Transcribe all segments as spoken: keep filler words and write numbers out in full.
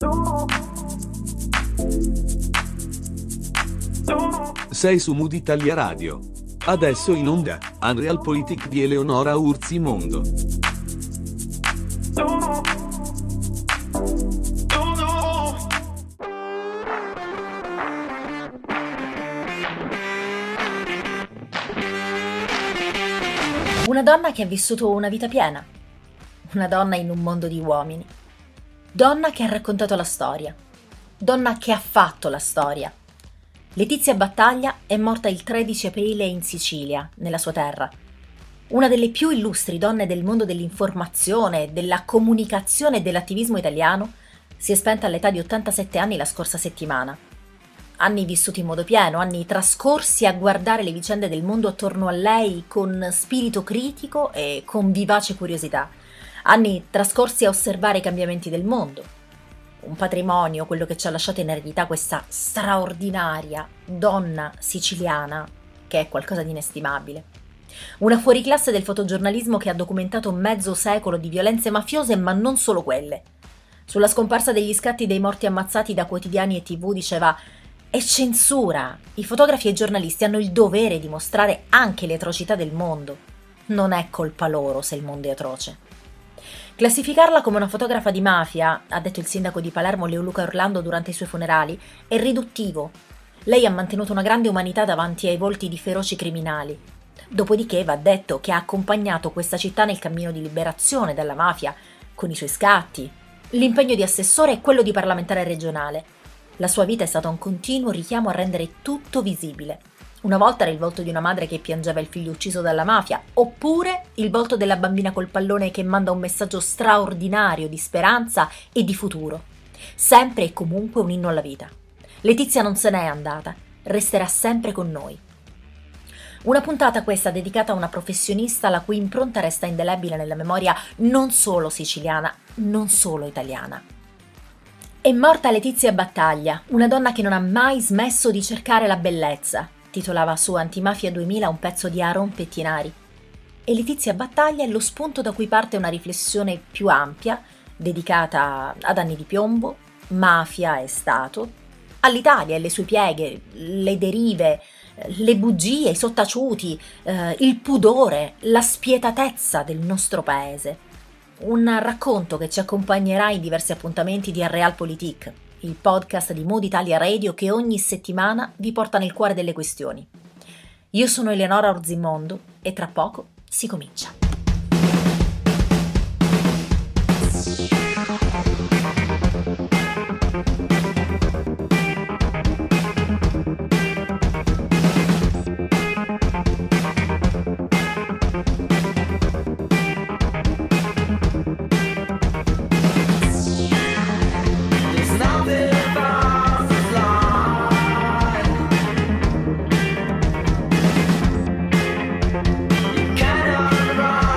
Sei su Mood Italia Radio. Adesso in onda, Unrealpolitik di Eleonora Urzi Mondo. Una donna che ha vissuto una vita piena. Una donna in un mondo di uomini. Donna che ha raccontato la storia. Donna che ha fatto la storia. Letizia Battaglia è morta il tredici aprile in Sicilia, nella sua terra. Una delle più illustri donne del mondo dell'informazione, della comunicazione e dell'attivismo italiano, si è spenta all'età di ottantasette anni la scorsa settimana. Anni vissuti in modo pieno, anni trascorsi a guardare le vicende del mondo attorno a lei con spirito critico e con vivace curiosità. Anni trascorsi a osservare i cambiamenti del mondo. Un patrimonio, quello che ci ha lasciato in eredità questa straordinaria donna siciliana, che è qualcosa di inestimabile. Una fuoriclasse del fotogiornalismo che ha documentato mezzo secolo di violenze mafiose, ma non solo quelle. Sulla scomparsa degli scatti dei morti ammazzati da quotidiani e tivù diceva: è censura, i fotografi e i giornalisti hanno il dovere di mostrare anche le atrocità del mondo. Non è colpa loro se il mondo è atroce. Classificarla come una fotografa di mafia, ha detto il sindaco di Palermo Leo Luca Orlando durante i suoi funerali, è riduttivo. Lei ha mantenuto una grande umanità davanti ai volti di feroci criminali. Dopodiché va detto che ha accompagnato questa città nel cammino di liberazione dalla mafia, con i suoi scatti, l'impegno di assessore e quello di parlamentare regionale. La sua vita è stata un continuo richiamo a rendere tutto visibile. Una volta era il volto di una madre che piangeva il figlio ucciso dalla mafia, oppure il volto della bambina col pallone che manda un messaggio straordinario di speranza e di futuro. Sempre e comunque un inno alla vita. Letizia non se n'è andata, resterà sempre con noi. Una puntata questa dedicata a una professionista la cui impronta resta indelebile nella memoria non solo siciliana, non solo italiana. È morta Letizia Battaglia, una donna che non ha mai smesso di cercare la bellezza, titolava su Antimafia duemila un pezzo di Aaron Pettinari. E Letizia Battaglia è lo spunto da cui parte una riflessione più ampia, dedicata ad anni di piombo, mafia e Stato, all'Italia e le sue pieghe, le derive, le bugie, i sottaciuti, eh, il pudore, la spietatezza del nostro paese. Un racconto che ci accompagnerà in diversi appuntamenti di Unrealpolitik, il podcast di Mood Italia Radio che ogni settimana vi porta nel cuore delle questioni. Io sono Eleonora Urzi Mondo e tra poco si comincia. Cannot run.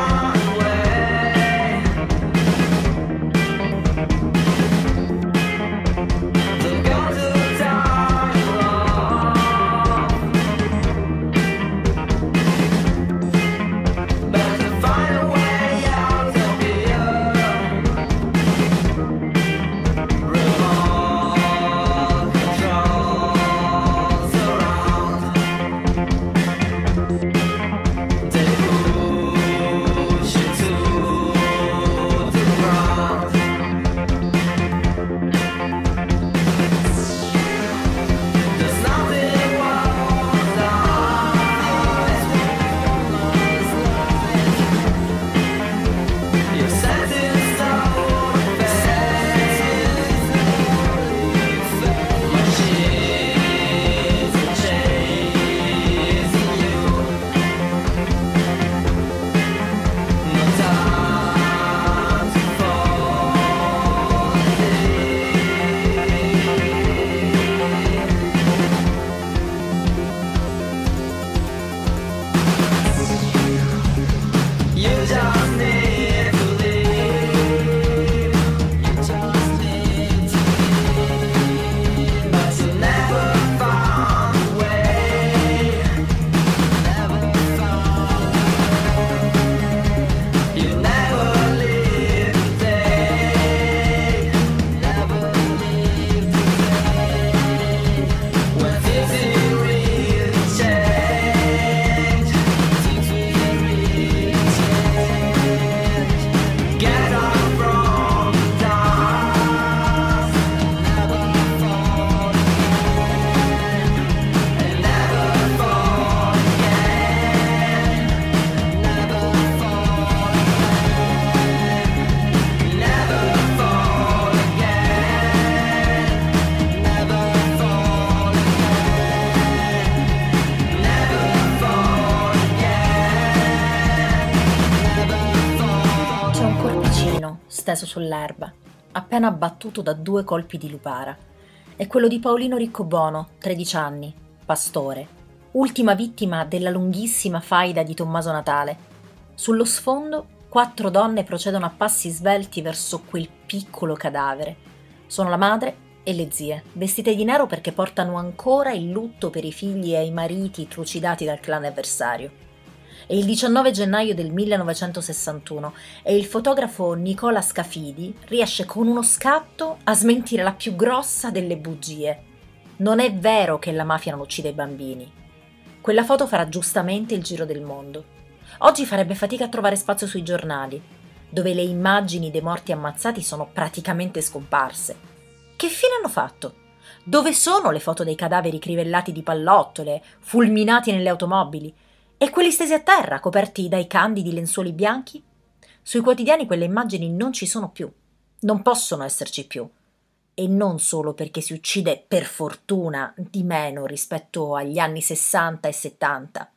steso sull'erba, appena abbattuto da due colpi di lupara. È quello di Paolino Riccobono, tredici anni, pastore, ultima vittima della lunghissima faida di Tommaso Natale. Sullo sfondo, quattro donne procedono a passi svelti verso quel piccolo cadavere. Sono la madre e le zie, vestite di nero perché portano ancora il lutto per i figli e i mariti trucidati dal clan avversario. È il diciannove gennaio del millenovecentosessantuno e il fotografo Nicola Scafidi riesce con uno scatto a smentire la più grossa delle bugie. Non è vero che la mafia non uccide i bambini. Quella foto farà giustamente il giro del mondo. Oggi farebbe fatica a trovare spazio sui giornali, dove le immagini dei morti ammazzati sono praticamente scomparse. Che fine hanno fatto? Dove sono le foto dei cadaveri crivellati di pallottole, fulminati nelle automobili? E quelli stesi a terra, coperti dai candidi lenzuoli bianchi? Sui quotidiani quelle immagini non ci sono più, non possono esserci più. E non solo perché si uccide, per fortuna, di meno rispetto agli anni sessanta e settanta.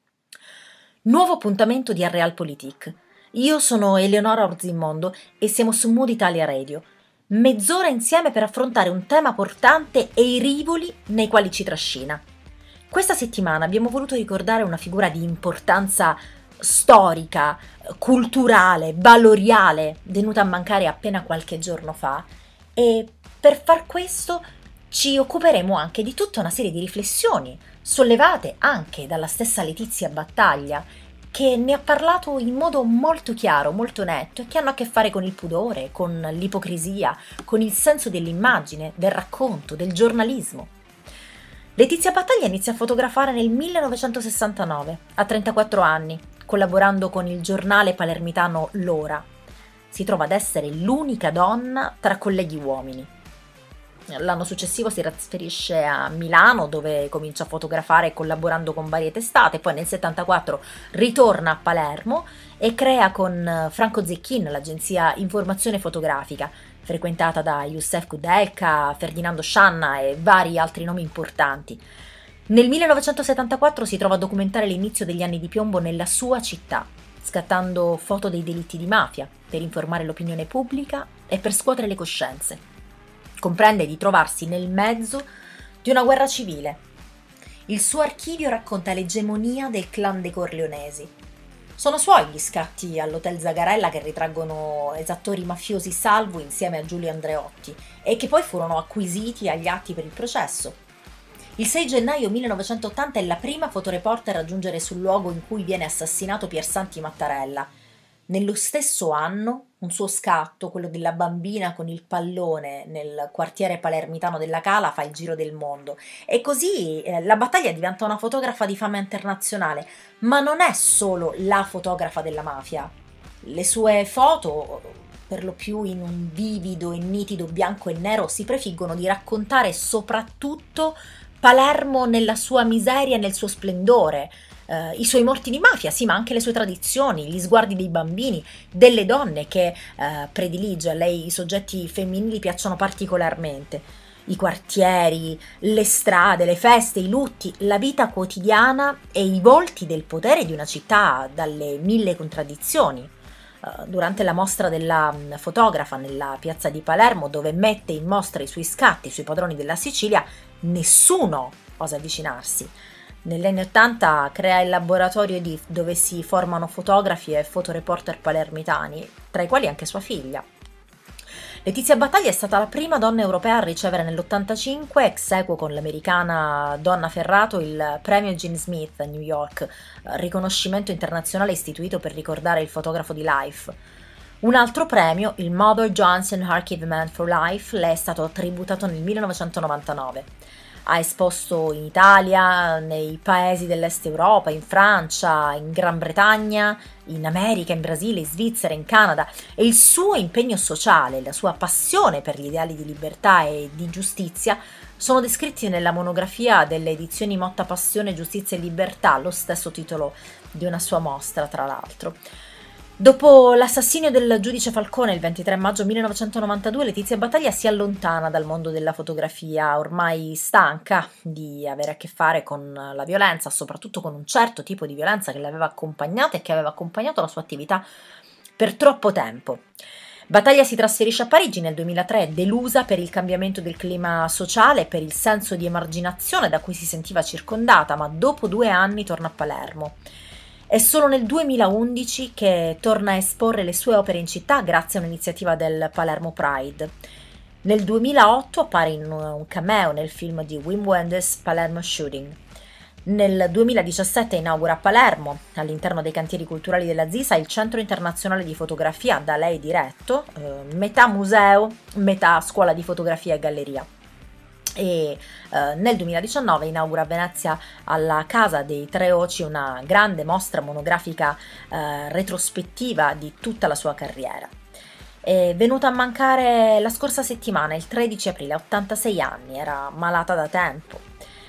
Nuovo appuntamento di Realpolitik. Io sono Eleonora Orzimmondo e siamo su Mood Italia Radio. Mezz'ora insieme per affrontare un tema portante e i rivoli nei quali ci trascina. Questa settimana abbiamo voluto ricordare una figura di importanza storica, culturale, valoriale, venuta a mancare appena qualche giorno fa, e per far questo ci occuperemo anche di tutta una serie di riflessioni, sollevate anche dalla stessa Letizia Battaglia, che ne ha parlato in modo molto chiaro, molto netto, e che hanno a che fare con il pudore, con l'ipocrisia, con il senso dell'immagine, del racconto, del giornalismo. Letizia Battaglia inizia a fotografare nel millenovecentosessantanove, a trentaquattro anni, collaborando con il giornale palermitano L'Ora. Si trova ad essere l'unica donna tra colleghi uomini. L'anno successivo si trasferisce a Milano, dove comincia a fotografare collaborando con varie testate, poi nel settantaquattro ritorna a Palermo e crea con Franco Zecchin l'agenzia Informazione Fotografica, frequentata da Youssef Koudelka, Ferdinando Scianna e vari altri nomi importanti. Nel millenovecentosettantaquattro si trova a documentare l'inizio degli anni di piombo nella sua città, scattando foto dei delitti di mafia per informare l'opinione pubblica e per scuotere le coscienze. Comprende di trovarsi nel mezzo di una guerra civile. Il suo archivio racconta l'egemonia del clan dei Corleonesi. Sono suoi gli scatti all'Hotel Zagarella che ritraggono esattori mafiosi salvo insieme a Giulio Andreotti e che poi furono acquisiti agli atti per il processo. Il sei gennaio millenovecentottanta è la prima fotoreporter a giungere sul luogo in cui viene assassinato Piersanti Mattarella. Nello stesso anno, un suo scatto, quello della bambina con il pallone nel quartiere palermitano della Cala, fa il giro del mondo. E così eh, la Battaglia diventa una fotografa di fama internazionale, ma non è solo la fotografa della mafia. Le sue foto, per lo più in un vivido e nitido bianco e nero, si prefiggono di raccontare soprattutto Palermo nella sua miseria e nel suo splendore. Uh, i suoi morti di mafia, sì, ma anche le sue tradizioni, gli sguardi dei bambini, delle donne che uh, predilige. A lei i soggetti femminili piacciono particolarmente. I quartieri, le strade, le feste, i lutti, la vita quotidiana e i volti del potere di una città dalle mille contraddizioni. Uh, durante la mostra della um, fotografa nella piazza di Palermo, dove mette in mostra i suoi scatti sui padroni della Sicilia, nessuno osa avvicinarsi. Negli anni ottanta crea il laboratorio E D I F, dove si formano fotografi e fotoreporter palermitani, tra i quali anche sua figlia. Letizia Battaglia è stata la prima donna europea a ricevere nell'ottantacinque, ex aequo con l'americana Donna Ferrato, il premio Gene Smith a New York, riconoscimento internazionale istituito per ricordare il fotografo di Life. Un altro premio, il Mother Johnson Archiveman for Life, le è stato tributato nel millenovecentonovantanove. Ha esposto in Italia, nei paesi dell'Est Europa, in Francia, in Gran Bretagna, in America, in Brasile, in Svizzera, in Canada, e il suo impegno sociale, la sua passione per gli ideali di libertà e di giustizia sono descritti nella monografia delle edizioni Motta Passione, Giustizia e Libertà, lo stesso titolo di una sua mostra, tra l'altro. Dopo l'assassinio del giudice Falcone il ventitré maggio millenovecentonovantadue, Letizia Battaglia si allontana dal mondo della fotografia, ormai stanca di avere a che fare con la violenza, soprattutto con un certo tipo di violenza che l'aveva accompagnata e che aveva accompagnato la sua attività per troppo tempo. Battaglia si trasferisce a Parigi nel duemilatré, delusa per il cambiamento del clima sociale e per il senso di emarginazione da cui si sentiva circondata, ma dopo due anni torna a Palermo. È solo nel duemilaundici che torna a esporre le sue opere in città grazie a un'iniziativa del Palermo Pride. Nel duemilaotto appare in un cameo nel film di Wim Wenders Palermo Shooting. Nel duemiladiciassette inaugura a Palermo, all'interno dei cantieri culturali della ZISA, il Centro Internazionale di Fotografia da lei diretto, eh, metà museo, metà scuola di fotografia e galleria. E eh, nel duemiladiciannove inaugura a Venezia alla Casa dei Tre Oci una grande mostra monografica eh, retrospettiva di tutta la sua carriera. È venuta a mancare la scorsa settimana, il tredici aprile, a ottantasei anni, era malata da tempo.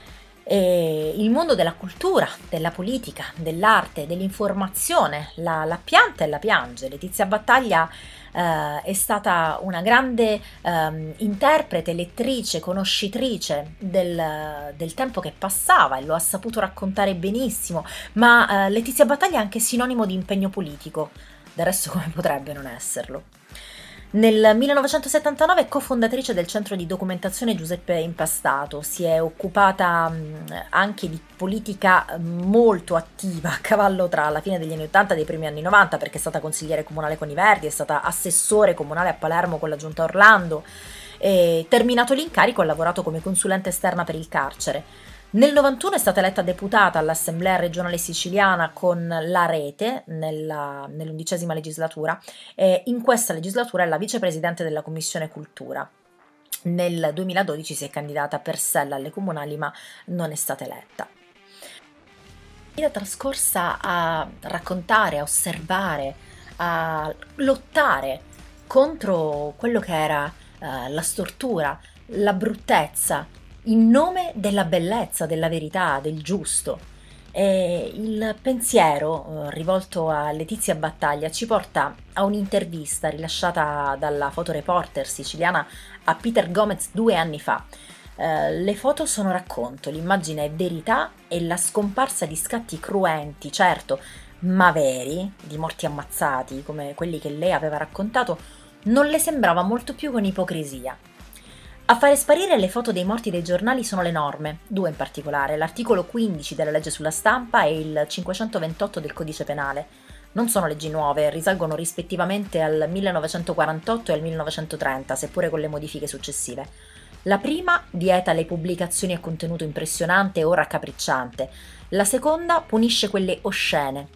E il mondo della cultura, della politica, dell'arte, dell'informazione la, la pianta e la piange. Letizia Battaglia eh, è stata una grande eh, interprete, lettrice, conoscitrice del, del tempo che passava e lo ha saputo raccontare benissimo, ma eh, Letizia Battaglia è anche sinonimo di impegno politico, del resto come potrebbe non esserlo. Nel millenovecentosettantanove è cofondatrice del centro di documentazione Giuseppe Impastato, si è occupata anche di politica molto attiva a cavallo tra la fine degli anni ottanta e dei primi anni novanta, perché è stata consigliere comunale con i Verdi, è stata assessore comunale a Palermo con la Giunta Orlando e terminato l'incarico ha lavorato come consulente esterna per il carcere. Nel novantuno è stata eletta deputata all'Assemblea regionale siciliana con la Rete nella, nell'undicesima legislatura e in questa legislatura è la vicepresidente della Commissione Cultura. Nel duemiladodici si è candidata per Sella alle comunali ma non è stata eletta. La vita trascorsa a raccontare, a osservare, a lottare contro quello che era uh, la stortura, la bruttezza, in nome della bellezza, della verità, del giusto. E il pensiero eh, rivolto a Letizia Battaglia ci porta a un'intervista rilasciata dalla fotoreporter siciliana a Peter Gomez due anni fa. Eh, le foto sono racconto, l'immagine è verità e la scomparsa di scatti cruenti, certo, ma veri, di morti ammazzati, come quelli che lei aveva raccontato, non le sembrava molto più con ipocrisia. A fare sparire le foto dei morti dei giornali sono le norme, due in particolare, l'articolo quindici della legge sulla stampa e il cinquecentoventotto del codice penale. Non sono leggi nuove, risalgono rispettivamente al millenovecentoquarantotto e al millenovecentotrenta, seppure con le modifiche successive. La prima vieta le pubblicazioni a contenuto impressionante o raccapricciante, la seconda punisce quelle oscene.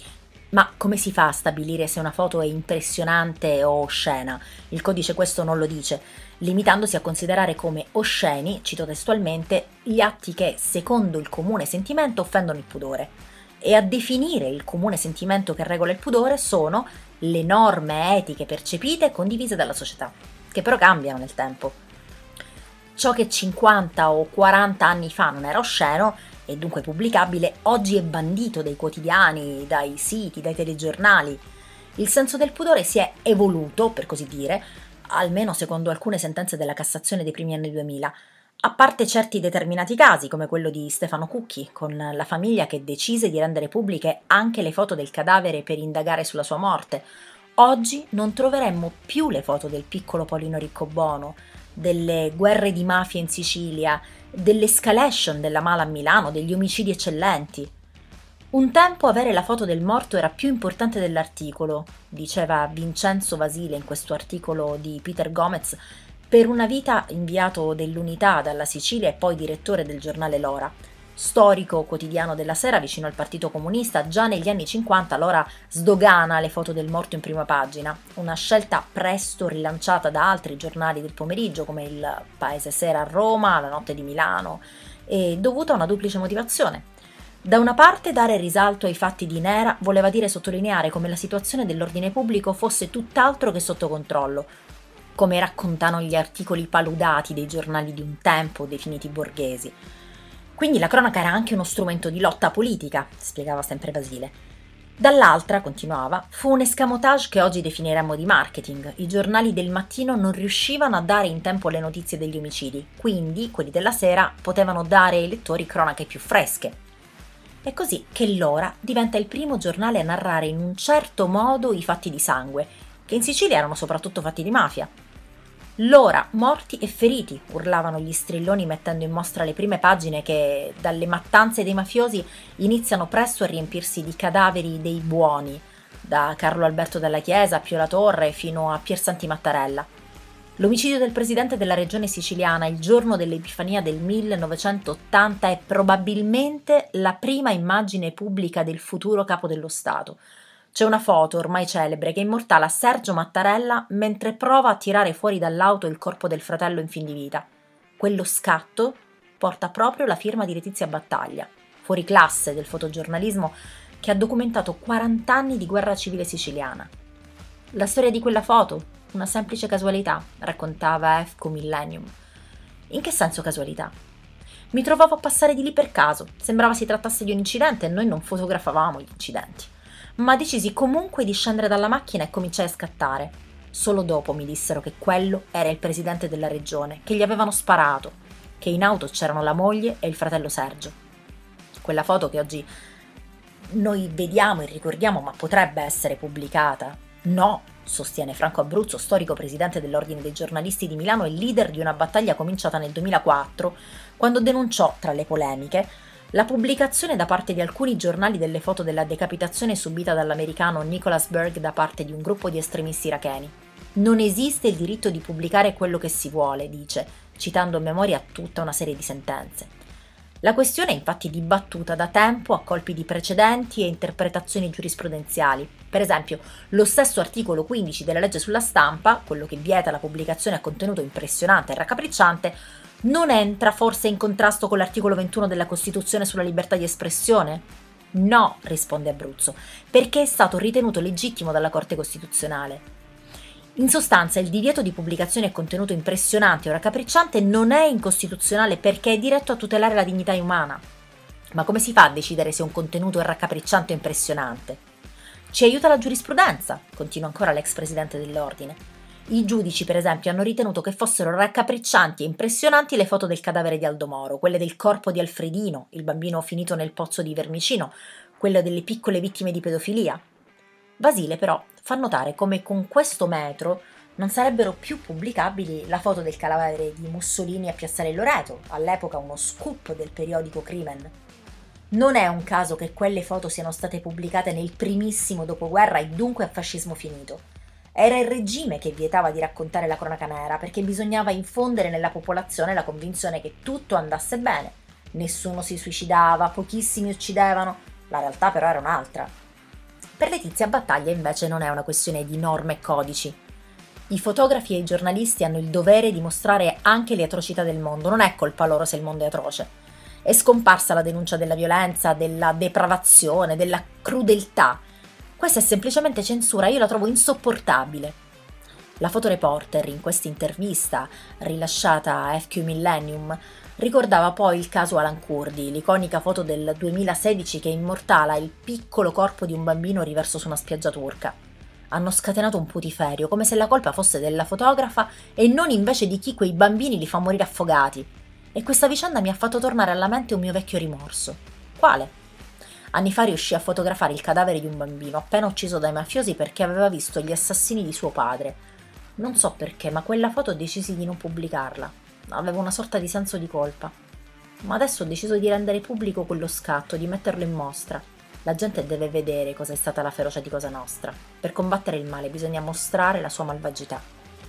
Ma come si fa a stabilire se una foto è impressionante o oscena? Il codice questo non lo dice, limitandosi a considerare come osceni, cito testualmente, gli atti che, secondo il comune sentimento, offendono il pudore. E a definire il comune sentimento che regola il pudore sono le norme etiche percepite e condivise dalla società, che però cambiano nel tempo. Ciò che cinquanta o quaranta anni fa non era osceno e dunque pubblicabile, oggi è bandito dai quotidiani, dai siti, dai telegiornali. Il senso del pudore si è evoluto, per così dire, almeno secondo alcune sentenze della Cassazione dei primi anni duemila, a parte certi determinati casi, come quello di Stefano Cucchi, con la famiglia che decise di rendere pubbliche anche le foto del cadavere per indagare sulla sua morte. Oggi non troveremmo più le foto del piccolo Paolino Riccobono, delle guerre di mafia in Sicilia, dell'escalation della mala a Milano, degli omicidi eccellenti. Un tempo avere la foto del morto era più importante dell'articolo, diceva Vincenzo Vasile in questo articolo di Peter Gomez, per una vita inviato dell'Unità dalla Sicilia e poi direttore del giornale L'Ora. Storico quotidiano della sera vicino al Partito Comunista, già negli anni cinquanta L'Ora sdogana le foto del morto in prima pagina, una scelta presto rilanciata da altri giornali del pomeriggio come il Paese Sera a Roma, La Notte di Milano, e dovuta a una duplice motivazione. Da una parte dare risalto ai fatti di Nera voleva dire sottolineare come la situazione dell'ordine pubblico fosse tutt'altro che sotto controllo, come raccontano gli articoli paludati dei giornali di un tempo definiti borghesi. Quindi la cronaca era anche uno strumento di lotta politica, spiegava sempre Basile. Dall'altra, continuava, fu un escamotage che oggi definiremmo di marketing. I giornali del mattino non riuscivano a dare in tempo le notizie degli omicidi, quindi quelli della sera potevano dare ai lettori cronache più fresche. È così che L'Ora diventa il primo giornale a narrare in un certo modo i fatti di sangue, che in Sicilia erano soprattutto fatti di mafia. L'ora, morti e feriti, urlavano gli strilloni mettendo in mostra le prime pagine che, dalle mattanze dei mafiosi, iniziano presto a riempirsi di cadaveri dei buoni, da Carlo Alberto Dalla Chiesa a Pio La Torre fino a Piersanti Mattarella. L'omicidio del presidente della regione siciliana il giorno dell'Epifania del millenovecentottanta è probabilmente la prima immagine pubblica del futuro capo dello Stato. C'è una foto ormai celebre che immortala Sergio Mattarella mentre prova a tirare fuori dall'auto il corpo del fratello in fin di vita. Quello scatto porta proprio la firma di Letizia Battaglia, fuori classe del fotogiornalismo che ha documentato quaranta anni di guerra civile siciliana. La storia di quella foto, una semplice casualità, raccontava Efco Millennium. In che senso casualità? Mi trovavo a passare di lì per caso, sembrava si trattasse di un incidente e noi non fotografavamo gli incidenti. Ma decisi comunque di scendere dalla macchina e cominciai a scattare. Solo dopo mi dissero che quello era il presidente della regione, che gli avevano sparato, che in auto c'erano la moglie e il fratello Sergio. Quella foto che oggi noi vediamo e ricordiamo, ma potrebbe essere pubblicata? No, sostiene Franco Abruzzo, storico presidente dell'Ordine dei giornalisti di Milano e leader di una battaglia cominciata nel duemilaquattro, quando denunciò, tra le polemiche, la pubblicazione da parte di alcuni giornali delle foto della decapitazione subita dall'americano Nicholas Berg da parte di un gruppo di estremisti iracheni. Non esiste il diritto di pubblicare quello che si vuole, dice, citando a memoria tutta una serie di sentenze. La questione è infatti dibattuta da tempo a colpi di precedenti e interpretazioni giurisprudenziali. Per esempio, lo stesso articolo quindici della legge sulla stampa, quello che vieta la pubblicazione a contenuto impressionante e raccapricciante, non entra forse in contrasto con l'articolo ventuno della Costituzione sulla libertà di espressione? No, risponde Abruzzo, perché è stato ritenuto legittimo dalla Corte Costituzionale. In sostanza, il divieto di pubblicazione a contenuto impressionante o raccapricciante non è incostituzionale perché è diretto a tutelare la dignità umana. Ma come si fa a decidere se un contenuto è raccapricciante o impressionante? Ci aiuta la giurisprudenza, continua ancora l'ex presidente dell'Ordine. I giudici, per esempio, hanno ritenuto che fossero raccapriccianti e impressionanti le foto del cadavere di Aldo Moro, quelle del corpo di Alfredino, il bambino finito nel pozzo di Vermicino, quelle delle piccole vittime di pedofilia. Basile, però, fa notare come con questo metro non sarebbero più pubblicabili la foto del cadavere di Mussolini a Piazzale Loreto, all'epoca uno scoop del periodico Crimen. Non è un caso che quelle foto siano state pubblicate nel primissimo dopoguerra e dunque a fascismo finito. Era il regime che vietava di raccontare la cronaca nera perché bisognava infondere nella popolazione la convinzione che tutto andasse bene. Nessuno si suicidava, pochissimi uccidevano, la realtà però era un'altra. Per Letizia Battaglia invece non è una questione di norme e codici. I fotografi e i giornalisti hanno il dovere di mostrare anche le atrocità del mondo, non è colpa loro se il mondo è atroce. È scomparsa la denuncia della violenza, della depravazione, della crudeltà. Questa è semplicemente censura, io la trovo insopportabile. La fotoreporter in questa intervista, rilasciata a F Q Millennium, ricordava poi il caso Alan Kurdi, l'iconica foto del duemilasedici che immortala il piccolo corpo di un bambino riverso su una spiaggia turca. Hanno scatenato un putiferio, come se la colpa fosse della fotografa e non invece di chi quei bambini li fa morire affogati. E questa vicenda mi ha fatto tornare alla mente un mio vecchio rimorso. Quale? Anni fa riuscì a fotografare il cadavere di un bambino appena ucciso dai mafiosi perché aveva visto gli assassini di suo padre. Non so perché, ma quella foto decisi di non pubblicarla. Avevo una sorta di senso di colpa. Ma adesso ho deciso di rendere pubblico quello scatto, di metterlo in mostra. La gente deve vedere cosa è stata la ferocia di Cosa Nostra. Per combattere il male bisogna mostrare la sua malvagità.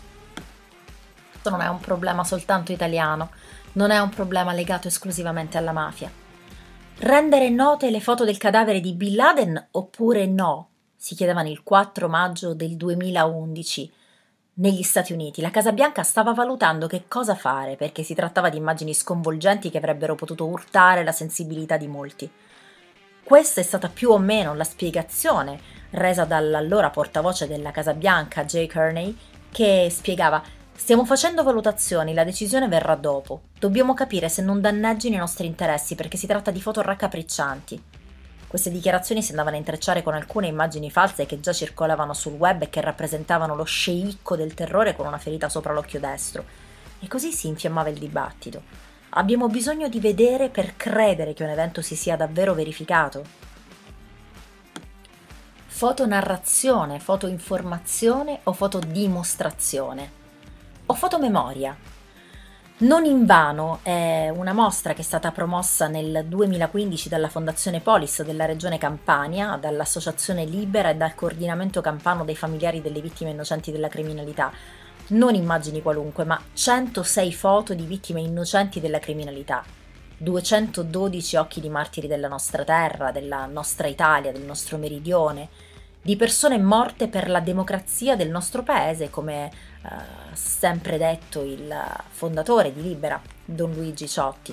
Questo non è un problema soltanto italiano, non è un problema legato esclusivamente alla mafia. Rendere note le foto del cadavere di Bin Laden oppure no? Si chiedevano il quattro maggio del duemilaundici. Negli Stati Uniti la Casa Bianca stava valutando che cosa fare perché si trattava di immagini sconvolgenti che avrebbero potuto urtare la sensibilità di molti. Questa è stata più o meno la spiegazione resa dall'allora portavoce della Casa Bianca, Jay Carney, che spiegava: stiamo facendo valutazioni, la decisione verrà dopo. Dobbiamo capire se non danneggino i nostri interessi perché si tratta di foto raccapriccianti. Queste dichiarazioni si andavano a intrecciare con alcune immagini false che già circolavano sul web e che rappresentavano lo sceicco del terrore con una ferita sopra l'occhio destro. E così si infiammava il dibattito. Abbiamo bisogno di vedere per credere che un evento si sia davvero verificato. Fotonarrazione, fotoinformazione o fotodimostrazione? O fotomemoria? Non invano è una mostra che è stata promossa nel duemilaquindici dalla Fondazione Polis della Regione Campania, dall'Associazione Libera e dal Coordinamento Campano dei Familiari delle Vittime Innocenti della Criminalità. Non immagini qualunque, ma centosei foto di vittime innocenti della criminalità, duecentododici occhi di martiri della nostra terra, della nostra Italia, del nostro meridione, di persone morte per la democrazia del nostro paese, come ha eh, sempre detto il fondatore di Libera, Don Luigi Ciotti.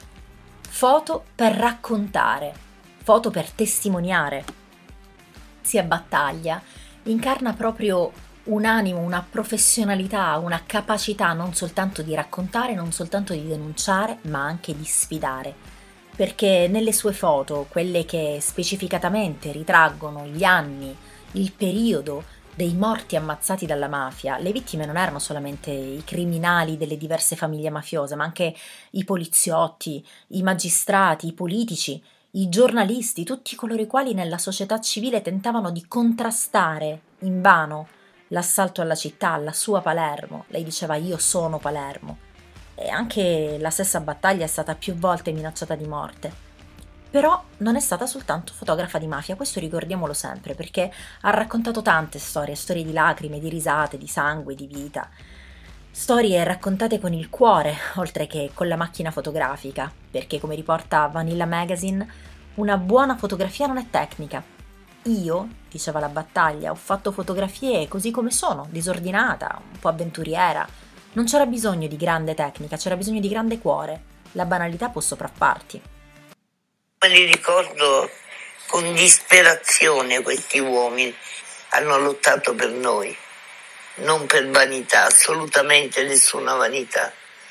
Foto per raccontare, foto per testimoniare. Sia Battaglia incarna proprio un animo, una professionalità, una capacità non soltanto di raccontare, non soltanto di denunciare, ma anche di sfidare. Perché nelle sue foto, quelle che specificatamente ritraggono gli anni, il periodo dei morti ammazzati dalla mafia, le vittime non erano solamente i criminali delle diverse famiglie mafiose, ma anche i poliziotti, i magistrati, i politici, i giornalisti, tutti coloro i quali nella società civile tentavano di contrastare invano l'assalto alla città, alla sua Palermo. Lei diceva: io sono Palermo. E anche la stessa Battaglia è stata più volte minacciata di morte. Però non è stata soltanto fotografa di mafia, questo ricordiamolo sempre, perché ha raccontato tante storie, storie di lacrime, di risate, di sangue, di vita. Storie raccontate con il cuore, oltre che con la macchina fotografica, perché come riporta Vanilla Magazine, una buona fotografia non è tecnica. Io, diceva la Battaglia, ho fatto fotografie così come sono, disordinata, un po' avventuriera. Non c'era bisogno di grande tecnica, c'era bisogno di grande cuore. La banalità può sopraffarti. Me li ricordo con disperazione, questi uomini hanno lottato per noi, non per vanità, assolutamente nessuna vanità.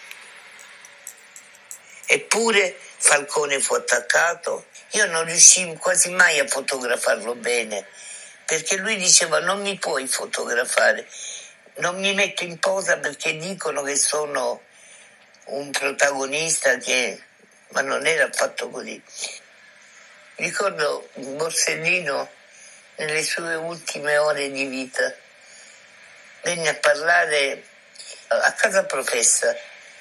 Eppure Falcone fu attaccato. Io non riuscivo quasi mai a fotografarlo bene, perché lui diceva: non mi puoi fotografare, non mi metto in posa perché dicono che sono un protagonista, che... ma non era affatto così. Ricordo Borsellino nelle sue ultime ore di vita venne a parlare a Casa Professa.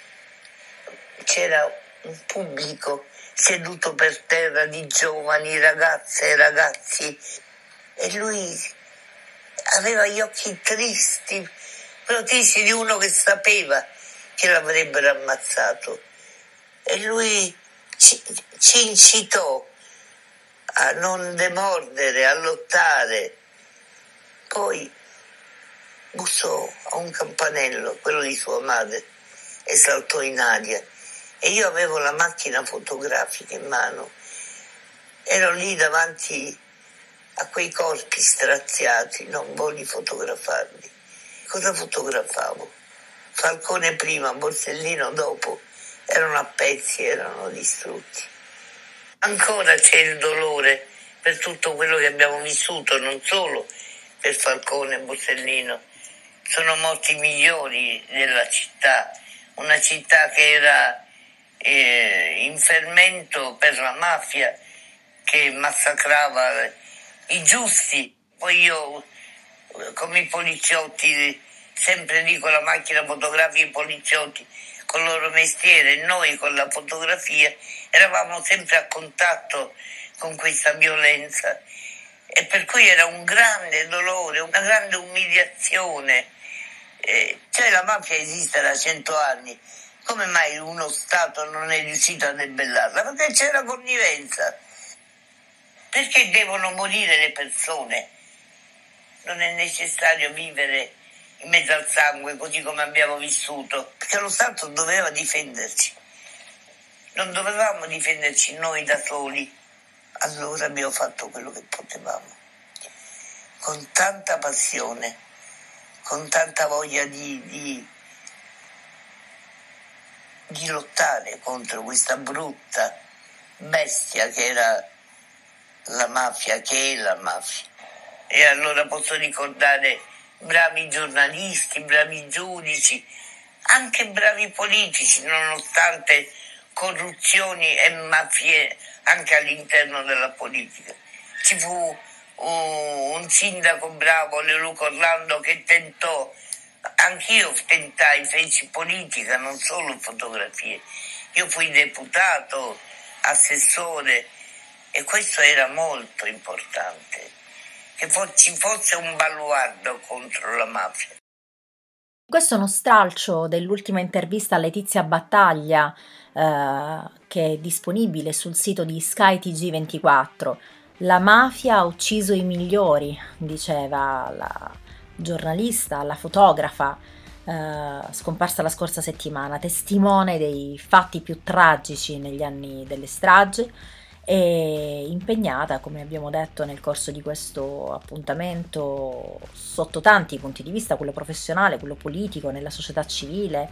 C'era un pubblico seduto per terra di giovani, ragazze e ragazzi, e lui aveva gli occhi tristi, però tristi di uno che sapeva che l'avrebbero ammazzato, e lui ci, ci incitò a non demordere, a lottare. Poi bussò a un campanello, quello di sua madre, e saltò in aria. E io avevo la macchina fotografica in mano, ero lì davanti a quei corpi straziati, non volli fotografarli. Cosa fotografavo? Falcone prima, Borsellino dopo, erano a pezzi, erano distrutti. Ancora c'è il dolore per tutto quello che abbiamo vissuto, non solo per Falcone e Borsellino. Sono morti i migliori della città, una città che era eh, in fermento per la mafia, che massacrava i giusti. Poi io, come i poliziotti, sempre dico, la macchina fotografica, i poliziotti con il loro mestiere, noi con la fotografia eravamo sempre a contatto con questa violenza, e per cui era un grande dolore, una grande umiliazione. Eh, cioè la mafia esiste da cento anni, come mai uno Stato non è riuscito a debellarla? Perché c'era connivenza. Perché devono morire le persone? Non è necessario vivere in mezzo al sangue così come abbiamo vissuto, perché lo Stato doveva difenderci. Non dovevamo difenderci noi da soli. Allora abbiamo fatto quello che potevamo, con tanta passione, con tanta voglia di, di, di lottare contro questa brutta bestia che era la mafia, che è la mafia. E allora posso ricordare bravi giornalisti, bravi giudici, anche bravi politici, nonostante corruzioni e mafie anche all'interno della politica. Ci fu un, un sindaco bravo, Leoluca Orlando, che tentò, anch'io tentai, feci politica, non solo fotografie. Io fui deputato, assessore, e questo era molto importante, che ci fosse un baluardo contro la mafia. Questo è uno stralcio dell'ultima intervista a Letizia Battaglia, eh, che è disponibile sul sito di Sky T G ventiquattro. La mafia ha ucciso i migliori, diceva la giornalista, la fotografa, eh, scomparsa la scorsa settimana, testimone dei fatti più tragici negli anni delle stragi, e impegnata, come abbiamo detto nel corso di questo appuntamento, sotto tanti punti di vista, quello professionale, quello politico, nella società civile.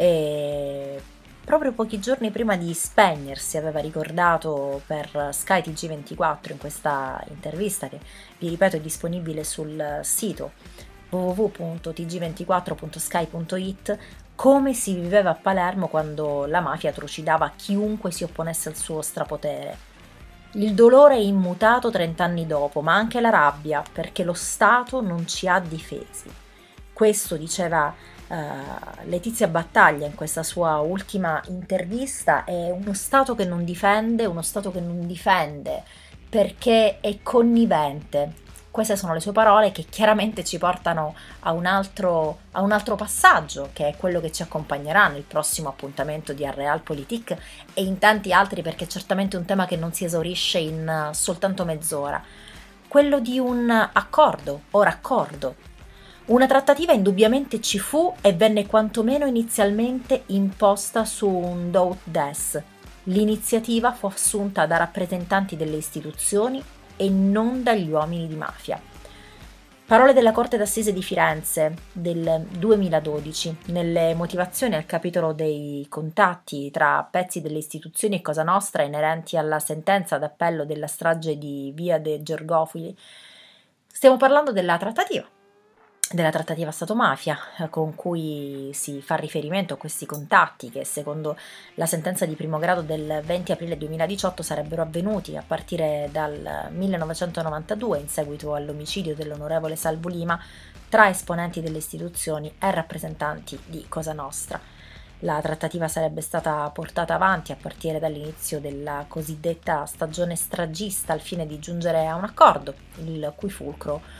E proprio pochi giorni prima di spegnersi aveva ricordato per Sky T G ventiquattro, in questa intervista che, vi ripeto, è disponibile sul sito w w w punto t g ventiquattro punto sky punto i t, come si viveva a Palermo quando la mafia trucidava chiunque si opponesse al suo strapotere. Il dolore è immutato trent'anni dopo, ma anche la rabbia, perché lo Stato non ci ha difesi. Questo diceva uh, Letizia Battaglia in questa sua ultima intervista. È uno Stato che non difende, uno Stato che non difende perché è connivente. Queste sono le sue parole, che chiaramente ci portano a un altro, a un altro passaggio, che è quello che ci accompagnerà nel prossimo appuntamento di Realpolitik e in tanti altri, perché è certamente un tema che non si esaurisce in soltanto mezz'ora. Quello di un accordo o raccordo. Una trattativa indubbiamente ci fu e venne quantomeno inizialmente imposta su un do ut des. L'iniziativa fu assunta da rappresentanti delle istituzioni e non dagli uomini di mafia. Parole della Corte d'Assise di Firenze del duemiladodici, nelle motivazioni al capitolo dei contatti tra pezzi delle istituzioni e Cosa Nostra inerenti alla sentenza d'appello della strage di Via de' Gergofili. Stiamo parlando della trattativa, della trattativa Stato-mafia, con cui si fa riferimento a questi contatti che, secondo la sentenza di primo grado del venti aprile duemiladiciotto, sarebbero avvenuti a partire dal millenovecentonovantadue in seguito all'omicidio dell'onorevole Salvo Lima tra esponenti delle istituzioni e rappresentanti di Cosa Nostra. La trattativa sarebbe stata portata avanti a partire dall'inizio della cosiddetta stagione stragista al fine di giungere a un accordo, il cui fulcro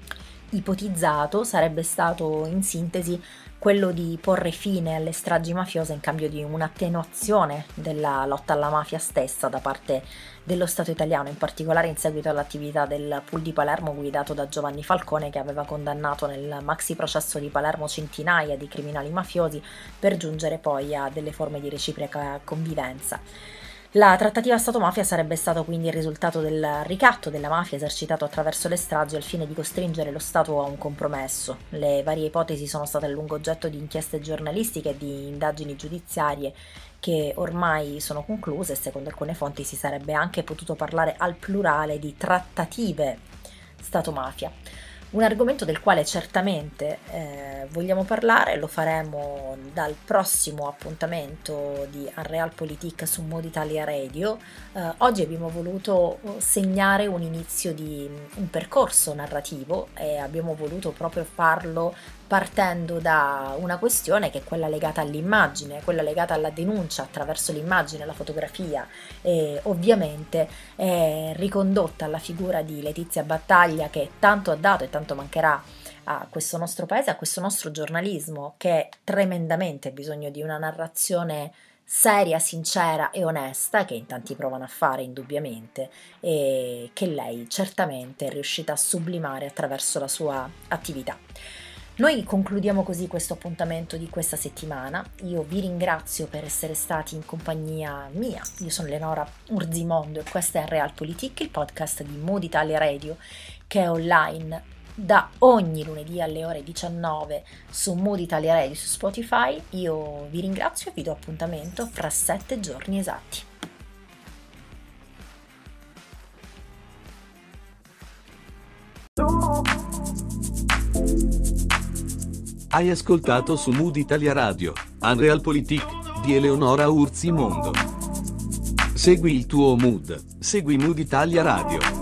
ipotizzato sarebbe stato, in sintesi, quello di porre fine alle stragi mafiose in cambio di un'attenuazione della lotta alla mafia stessa da parte dello Stato italiano, in particolare in seguito all'attività del pool di Palermo guidato da Giovanni Falcone, che aveva condannato nel maxi processo di Palermo centinaia di criminali mafiosi per giungere poi a delle forme di reciproca convivenza. La trattativa Stato-mafia sarebbe stato quindi il risultato del ricatto della mafia esercitato attraverso le stragi al fine di costringere lo Stato a un compromesso. Le varie ipotesi sono state a lungo oggetto di inchieste giornalistiche e di indagini giudiziarie che ormai sono concluse, e secondo alcune fonti si sarebbe anche potuto parlare al plurale di trattative Stato-mafia. Un argomento del quale certamente eh, vogliamo parlare, lo faremo dal prossimo appuntamento di Realpolitik su Mood Italia Radio. Eh, oggi abbiamo voluto segnare un inizio di un percorso narrativo e abbiamo voluto proprio farlo partendo da una questione che è quella legata all'immagine, quella legata alla denuncia attraverso l'immagine, la fotografia, e ovviamente è ricondotta alla figura di Letizia Battaglia, che tanto ha dato e tanto mancherà a questo nostro paese, a questo nostro giornalismo, che tremendamente ha bisogno di una narrazione seria, sincera e onesta, che in tanti provano a fare indubbiamente, e che lei certamente è riuscita a sublimare attraverso la sua attività. Noi concludiamo così questo appuntamento di questa settimana. Io vi ringrazio per essere stati in compagnia mia. Io sono Eleonora Urzimondo e questo è Realpolitik, il podcast di Mood Italia Radio, che è online da ogni lunedì alle ore diciannove su Mood Italia Radio su Spotify. Io vi ringrazio e vi do appuntamento fra sette giorni esatti. Hai ascoltato su Mood Italia Radio, Realpolitik di Eleonora Urzimondo. Segui il tuo mood, segui Mood Italia Radio.